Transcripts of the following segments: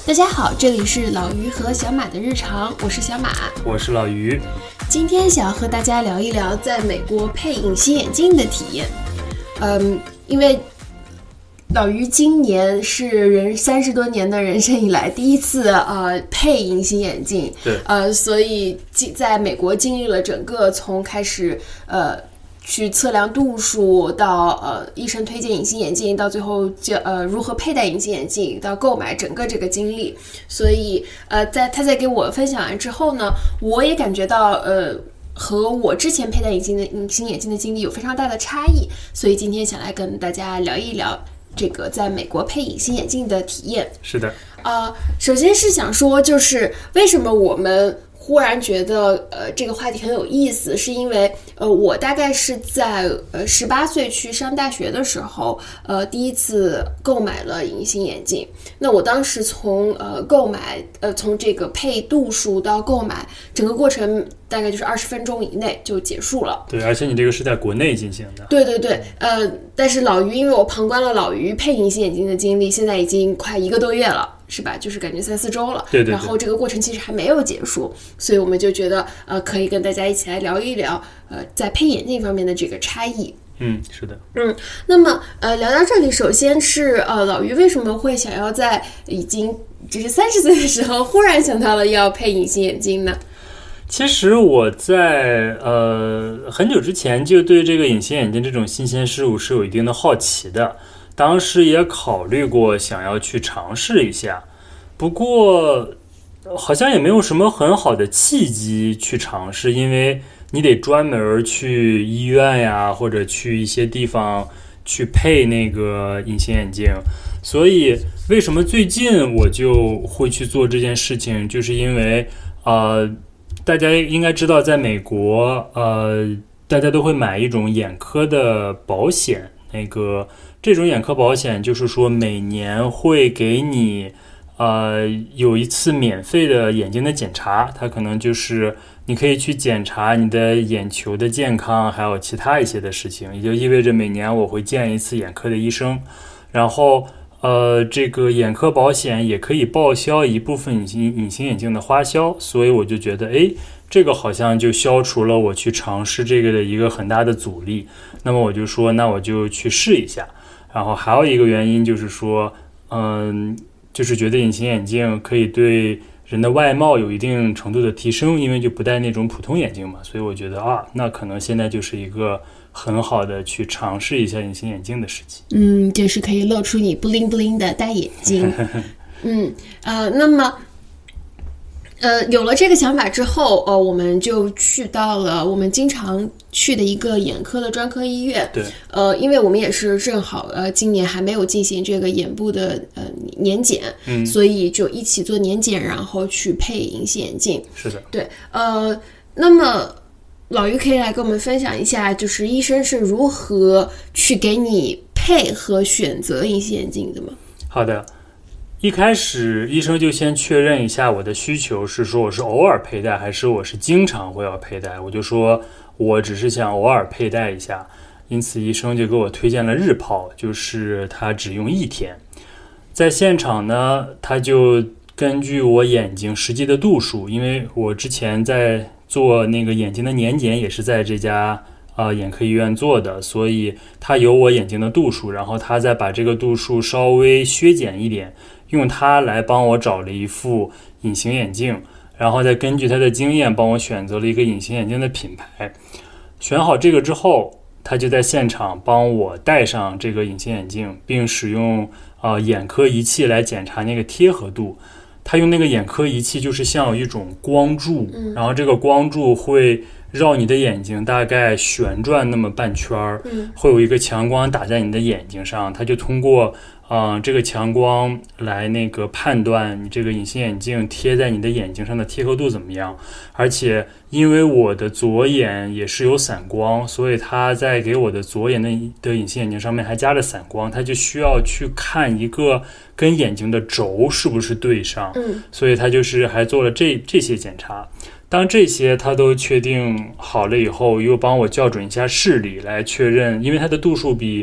大家好，这里是老于和小马的日常，我是小马， 我是老于。 今天想要和大家聊一聊在美国配隐形眼镜的体验。因为老于今年是30多年的人生以来第一次配隐形眼镜， 对， 所以在美国经历了整个从开始去测量度数到医生推荐隐形眼镜，到最后如何佩戴隐形眼镜，到购买整个这个经历。所以他在给我分享完之后呢，我也感觉到和我之前佩戴隐形眼镜的经历有非常大的差异，所以今天想来跟大家聊一聊这个在美国配隐形眼镜的体验。 是的， 首先是想说，就是为什么我们忽然觉得这个话题很有意思，是因为我大概是在18岁去上大学的时候第一次购买了隐形眼镜。那我当时从购买从这个配度数到购买，整个过程大概就是20分钟以内就结束了。 对，而且你这个是在国内进行的。 对对对，但是老于，因为我旁观了老于配隐形眼镜的经历，现在已经快1个多月了，是吧？就是感觉3-4周了。 对对对。 然后这个过程其实还没有结束，所以我们就觉得可以跟大家一起来聊一聊在配眼镜方面的这个差异。 是的。 那么聊到这里，首先是老于为什么会想要在已经只是30岁的时候忽然想到了要配隐形眼镜呢？ 其实我在很久之前就对这个隐形眼镜这种新鲜事物是有一定的好奇的，当时也考虑过想要去尝试一下，不过好像也没有什么很好的契机去尝试，因为你得专门去医院呀，或者去一些地方去配那个隐形眼镜。所以为什么最近我就会去做这件事情，就是因为大家应该知道，在美国大家都会买一种眼科的保险，这种眼科保险就是说每年会给你有一次免费的眼睛的检查，它可能就是你可以去检查你的眼球的健康，还有其他一些的事情，也就意味着每年我会见一次眼科的医生，然后这个眼科保险也可以报销一部分隐形眼镜的花销，所以我就觉得这个好像就消除了我去尝试这个的一个很大的阻力，那么我就说那我就去试一下。然后还有一个原因就是说就是觉得隐形眼镜可以对人的外貌有一定程度的提升，因为就不戴那种普通眼镜嘛，所以我觉得那可能现在就是一个很好的去尝试一下隐形眼镜的时机。 就是可以露出你不灵不灵的大眼睛。那么有了这个想法之后，我们就去到了我们经常去的一个眼科的专科医院。 对。 因为我们也是正好今年还没有进行这个眼部的年检，所以就一起做年检，然后去配隐形眼镜。 是的。 对。那么老于可以来跟我们分享一下，就是医生是如何去给你配和选择隐形眼镜的吗？ 好的。一开始医生就先确认一下我的需求，是说我是偶尔佩戴还是我是经常会要佩戴，我就说我只是想偶尔佩戴一下，因此医生就给我推荐了日抛，就是他只用1天。在现场呢，他就根据我眼睛实际的度数，因为我之前在做那个眼睛的年检也是在这家眼科医院做的，所以他有我眼睛的度数，然后他再把这个度数稍微削减一点，用它来帮我找了一副隐形眼镜，然后再根据他的经验帮我选择了一个隐形眼镜的品牌。选好这个之后，他就在现场帮我戴上这个隐形眼镜，并使用眼科仪器来检查那个贴合度。他用那个眼科仪器就是像有一种光柱，然后这个光柱会绕你的眼睛大概旋转那么半圈，会有一个强光打在你的眼睛上，它就通过这个强光来判断你这个隐形眼镜贴在你的眼睛上的贴合度怎么样。而且因为我的左眼也是有散光，所以它在给我的左眼的隐形眼镜上面还加了散光，它就需要去看一个跟眼睛的轴是不是对上，所以它就是还做了这些检查。当这些他都确定好了以后，又帮我校准一下视力来确认，因为它的度数比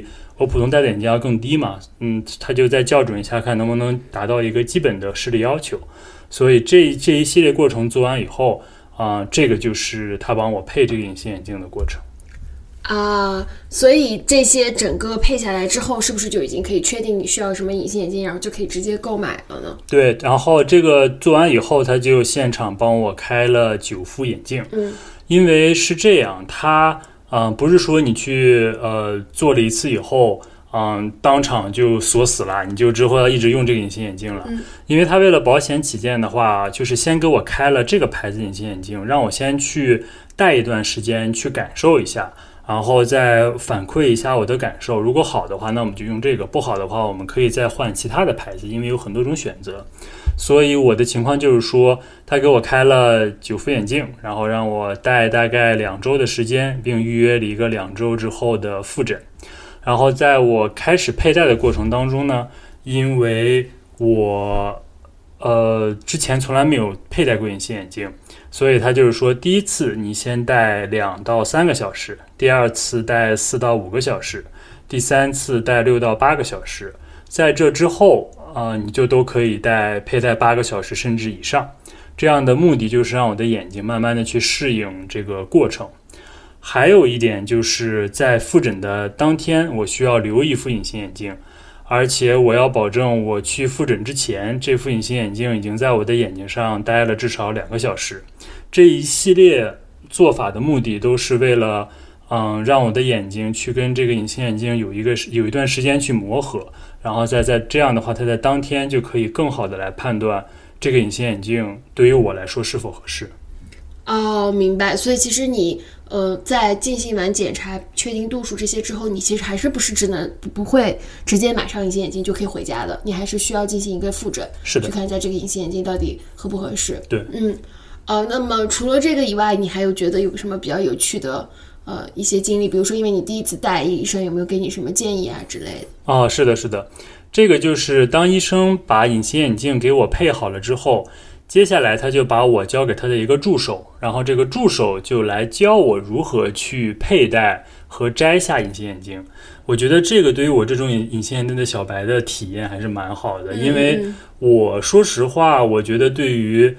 我普通戴的眼镜要更低嘛，他就再校准一下，看能不能达到一个基本的视力要求。所以这一系列过程做完以后，这个就是他帮我配这个隐形眼镜的过程。 所以这些整个配下来之后，是不是就已经可以确定你需要什么隐形眼镜，然后就可以直接购买了呢？ 对，然后这个做完以后，他就现场帮我开了9副眼镜。因为是这样，他不是说你去做了一次以后，当场就锁死了，你就之后要一直用这个隐形眼镜了。因为他为了保险起见的话，就是先给我开了这个牌子隐形眼镜，让我先去戴一段时间去感受一下。然后再反馈一下我的感受，如果好的话，那我们就用这个；不好的话，我们可以再换其他的牌子，因为有很多种选择。所以我的情况就是说，他给我开了9副眼镜，然后让我戴大概2周的时间，并预约了一个2周之后的复诊。然后在我开始佩戴的过程当中呢，因为我之前从来没有佩戴过隐形眼镜，所以他就是说，第一次你先戴2到3个小时，第二次戴4到5个小时，第三次戴6到8个小时，在这之后你就都可以佩戴8个小时甚至以上。这样的目的就是让我的眼睛慢慢的去适应这个过程。还有一点就是在复诊的当天，我需要留一副隐形眼镜，而且我要保证我去复诊之前，这副隐形眼镜已经在我的眼睛上待了至少2个小时。这一系列做法的目的都是为了让我的眼睛去跟这个隐形眼镜有一段时间去磨合，然后在这样的话，它在当天就可以更好的来判断这个隐形眼镜对于我来说是否合适。 明白。所以其实你在进行完检查确定度数这些之后，你其实还是不会直接买上隐形眼镜就可以回家的，你还是需要进行一个复诊， 是的， 去看一下这个隐形眼镜到底合不合适。 对， 那么除了这个以外，你还有觉得有什么比较有趣的一些经历？比如说因为你第一次戴，医生有没有给你什么建议之类的？ 是的，这个就是当医生把隐形眼镜给我配好了之后，接下来他就把我交给他的一个助手，然后这个助手就来教我如何去佩戴和摘下隐形眼镜。我觉得这个对于我这种隐形眼镜的小白的体验还是蛮好的，因为我说实话，我觉得对于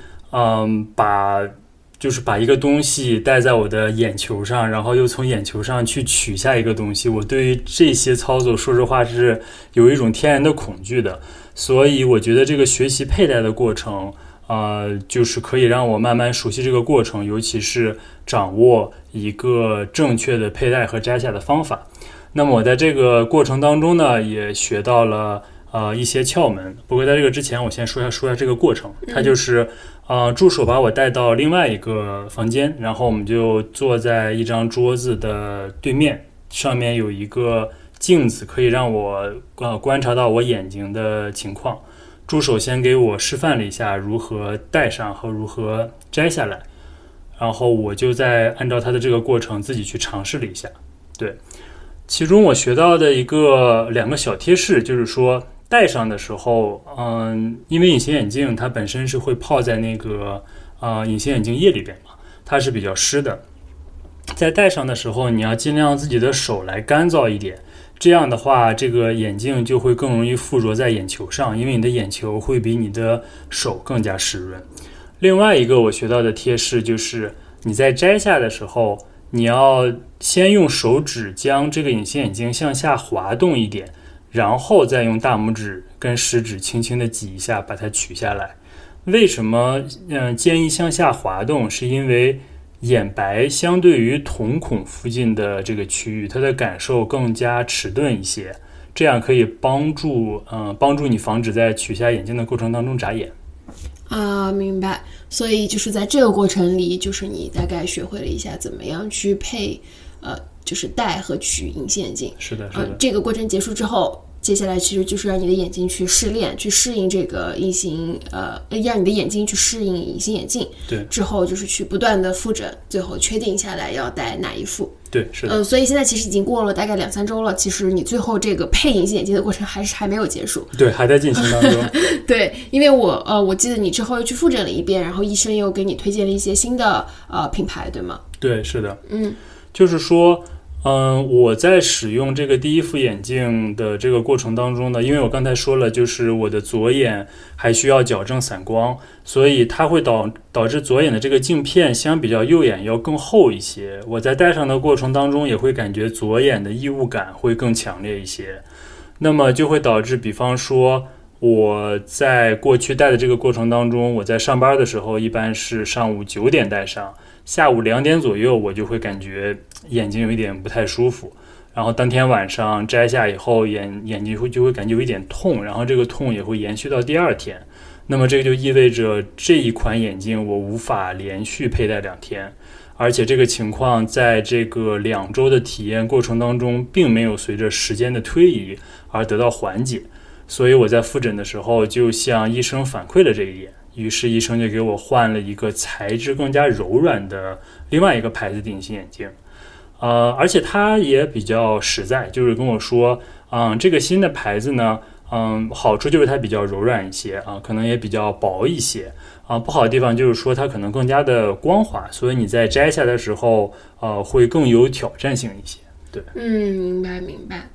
把一个东西戴在我的眼球上，然后又从眼球上去取下一个东西，我对于这些操作说实话是有一种天然的恐惧的。所以我觉得这个学习佩戴的过程就是可以让我慢慢熟悉这个过程，尤其是掌握一个正确的佩戴和摘下的方法。那么我在这个过程当中呢，也学到了一些窍门。不过在这个之前，我先说一下这个过程。它就是助手把我带到另外一个房间，然后我们就坐在一张桌子的对面，上面有一个镜子，可以让我观察到我眼睛的情况。助手先给我示范了一下如何戴上和如何摘下来，然后我就再按照他的这个过程自己去尝试了一下。对，其中我学到的2个小贴士就是说，戴上的时候因为隐形眼镜它本身是会泡在那个隐形眼镜液里边嘛，它是比较湿的。在戴上的时候，你要尽量自己的手来干燥一点，这样的话这个眼镜就会更容易附着在眼球上，因为你的眼球会比你的手更加湿润。另外一个我学到的贴士就是你在摘下的时候，你要先用手指将这个隐形眼镜向下滑动一点，然后再用大拇指跟食指轻轻的挤一下把它取下来。为什么建议向下滑动？是因为眼白相对于瞳孔附近的这个区域，它的感受更加迟钝一些，这样可以帮助你防止在取下眼镜的过程当中眨眼。 明白。所以就是在这个过程里，就是你大概学会了一下怎么样去配就是戴和取隐形眼镜。 是的。 这个过程结束之后，接下来其实就是让你的眼睛去试练，去适应这个让你的眼睛去适应隐形眼镜。 对。之后就是去不断的复诊，最后确定下来要戴哪一副。 对，是的。 所以现在其实已经过了大概2-3周了，其实你最后这个配隐形眼镜的过程还没有结束。 对，还在进行当中。 对，因为我记得你之后又去复诊了一遍，然后医生又给你推荐了一些新的品牌，对吗？ 对，是的。就是说我在使用这个第一副眼镜的这个过程当中呢，因为我刚才说了，就是我的左眼还需要矫正散光，所以它会导致左眼的这个镜片相比较右眼要更厚一些。我在戴上的过程当中也会感觉左眼的异物感会更强烈一些，那么就会导致，比方说我在过去戴的这个过程当中，我在上班的时候一般是上午9点戴上，下午2点左右我就会感觉眼睛有一点不太舒服，然后当天晚上摘下以后眼睛就会感觉有一点痛，然后这个痛也会延续到第2天。那么这个就意味着这一款眼镜我无法连续佩戴2天，而且这个情况在这个2周的体验过程当中并没有随着时间的推移而得到缓解，所以我在复诊的时候就向医生反馈了这一点，于是医生就给我换了一个材质更加柔软的另外一个牌子的隐形眼镜。而且他也比较实在，就是跟我说，这个新的牌子呢，好处就是它比较柔软一些啊，可能也比较薄一些啊。不好的地方就是说它可能更加的光滑，所以你在摘下的时候，会更有挑战性一些。对， 明白。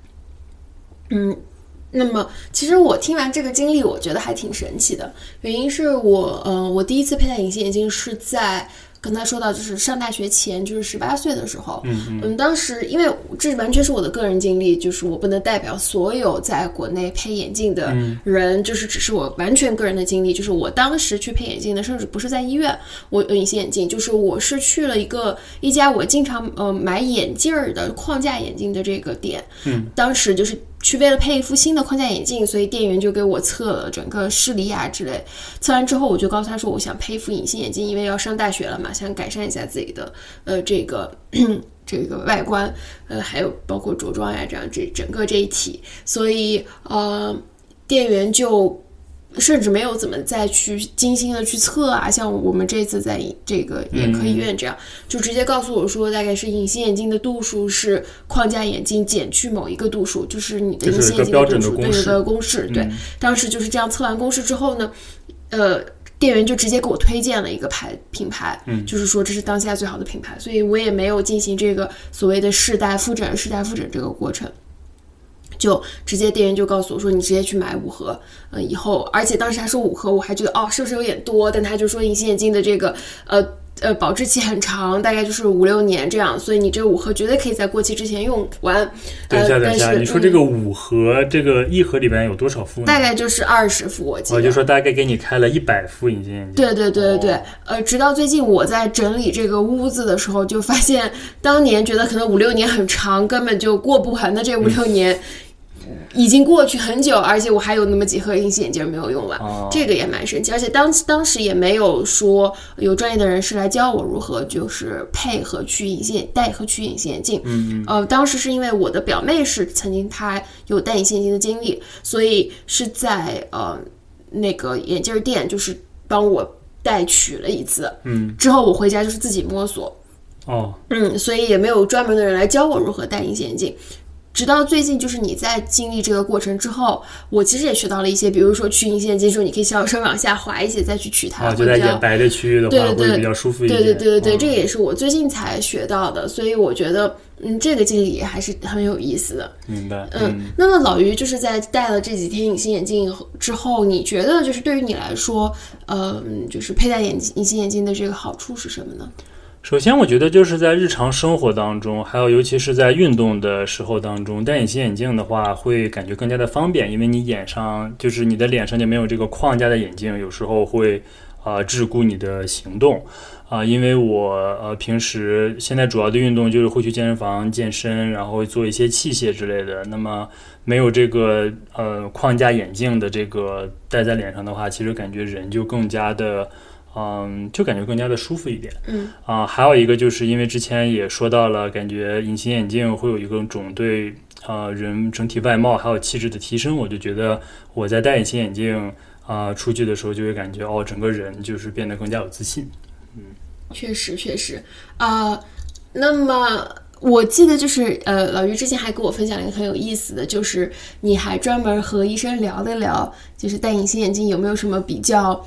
那么其实我听完这个经历，我觉得还挺神奇的。原因是我第一次佩戴隐形眼镜是在刚才说到，就是上大学前，就是18岁的时候，当时因为这完全是我的个人经历，就是我不能代表所有在国内配眼镜的人，就是只是我完全个人的经历。就是我当时去配眼镜的，甚至不是在医院，我隐形眼镜，就是我是去了一家我经常买眼镜的框架眼镜的这个店，当时就是去为了配一副新的框架眼镜，所以店员就给我测了整个视力啊之类。测完之后，我就告诉他说，我想配一副隐形眼镜，因为要上大学了嘛，想改善一下自己的这个外观，还有包括着装呀，这样整个这一体。所以店员就甚至没有怎么再去精心的去测啊，像我们这次在这个眼科医院这样，就直接告诉我说，大概是隐形眼镜的度数是框架眼镜减去某一个度数，就是你的隐形眼镜的度数，对，有个公式，对。当时就是这样测完公式之后呢，店员就直接给我推荐了一个品牌，就是说这是当下最好的品牌，所以我也没有进行这个所谓的试戴复诊这个过程。就直接店员就告诉我说，你直接去买5盒，以后，而且当时还说5盒，我还觉得是不是有点多，但他就说隐形眼镜的这个保质期很长，大概就是5-6年这样，所以你这5盒绝对可以在过期之前用完。 等一下，你说这个5盒，这个1盒里边有多少副呢？ 大概就是20副，我记得。 就说大概给你开了100副隐形眼镜。 对，直到最近我在整理这个屋子的时候，就发现当年觉得可能5-6年很长，根本就过不完的这5-6年。已经过去很久，而且我还有那么几盒隐形眼镜没有用完，这个也蛮神奇。而且当时也没有说有专业的人士来教我如何就是配和戴和取隐形眼镜。当时是因为我的表妹是曾经她有戴隐形眼镜的经历，所以是在那个眼镜店就是帮我戴取了一次。之后我回家就是自己摸索。所以也没有专门的人来教我如何戴隐形眼镜。直到最近，就是你在经历这个过程之后，我其实也学到了一些，比如说取隐形眼镜的时候，你可以小声往下滑一些再去取它， 就在眼白的区域的话会比较舒服一点。 对，这个也是我最近才学到的，所以我觉得这个经历还是很有意思的。 明白。 那么老于就是在戴了这几天隐形眼镜之后，你觉得就是对于你来说，就是佩戴隐形眼镜的这个好处是什么呢？ 首先我觉得就是在日常生活当中，还有尤其是在运动的时候当中，戴隐形眼镜的话会感觉更加的方便，因为你眼上就是你的脸上就没有这个框架的眼镜，有时候会桎梏你的行动因为我平时现在主要的运动就是会去健身房健身，然后会做一些器械之类的，那么没有这个框架眼镜的这个戴在脸上的话，其实感觉人就更加的就感觉更加的舒服一点。还有一个就是因为之前也说到了，感觉隐形眼镜会有一种对人整体外貌还有气质的提升，我就觉得我在戴隐形眼镜出去的时候就会感觉整个人就是变得更加有自信。 确实那么我记得就是老于之前还跟我分享了一个很有意思的，就是你还专门和医生聊了聊，就是戴隐形眼镜有没有什么比较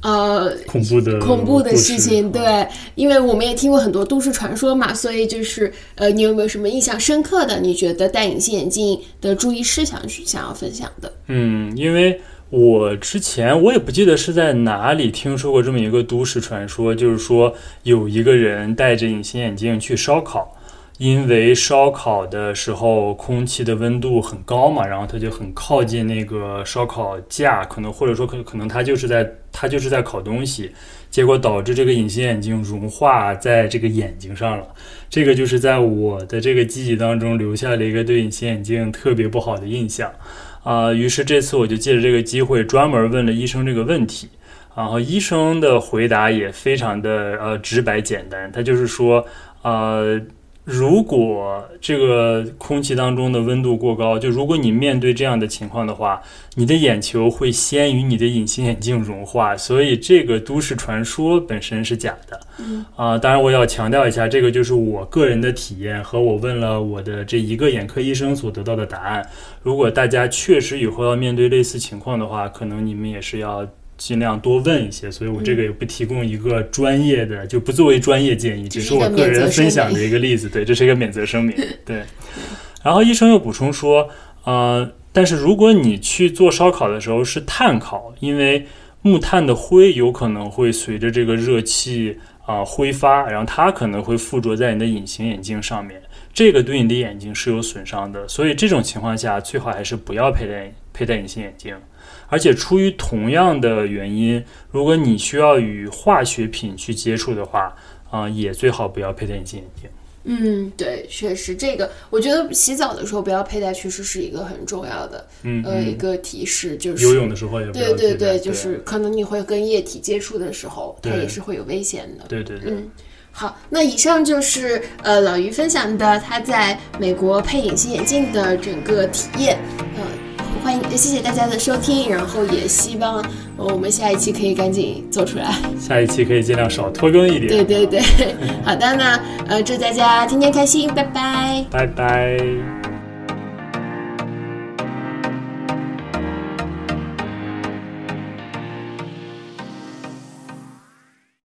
恐怖的事情。对，因为我们也听过很多都市传说嘛，所以就是你有没有什么印象深刻的，你觉得戴隐形眼镜的注意事项想要分享的？ 因为我之前我也不记得是在哪里听说过这么一个都市传说，就是说有一个人戴着隐形眼镜去烧烤，因为烧烤的时候空气的温度很高嘛，然后他就很靠近那个烧烤架，或者说可能他就是在烤东西，结果导致这个隐形眼镜融化在这个眼睛上了。这个就是在我的这个记忆当中留下了一个对隐形眼镜特别不好的印象。于是这次我就借着这个机会专门问了医生这个问题，然后医生的回答也非常的直白简单，他就是说如果这个空气当中的温度过高，就如果你面对这样的情况的话，你的眼球会先于你的隐形眼镜融化，所以这个都市传说本身是假的。当然我要强调一下，这个就是我个人的体验和我问了我的这一个眼科医生所得到的答案。如果大家确实以后要面对类似情况的话，可能你们也是要尽量多问一些，所以我这个也不提供一个专业的，就不作为专业建议，只是我个人分享的一个例子。对，这是一个免责声明。对，然后医生又补充说，但是如果你去做烧烤的时候是炭烤，因为木炭的灰有可能会随着这个热气挥发，然后它可能会附着在你的隐形眼镜上面，这个对你的眼睛是有损伤的，所以这种情况下最好还是不要佩戴隐形眼镜。而且出于同样的原因，如果你需要与化学品去接触的话，也最好不要佩戴隐形眼镜。 对，确实这个我觉得洗澡的时候不要佩戴确实是一个很重要的一个提示，就是游泳的时候也不要佩戴。 对，就是可能你会跟液体接触的时候，它也是会有危险的。 对。 好，那以上就是老于分享的他在美国配隐形眼镜的整个体验。谢谢大家的收听，然后也希望我们下一期可以赶紧做出来， 下一期可以尽量少拖更一点。 对，好的，那祝大家天天开心，拜拜， 拜拜。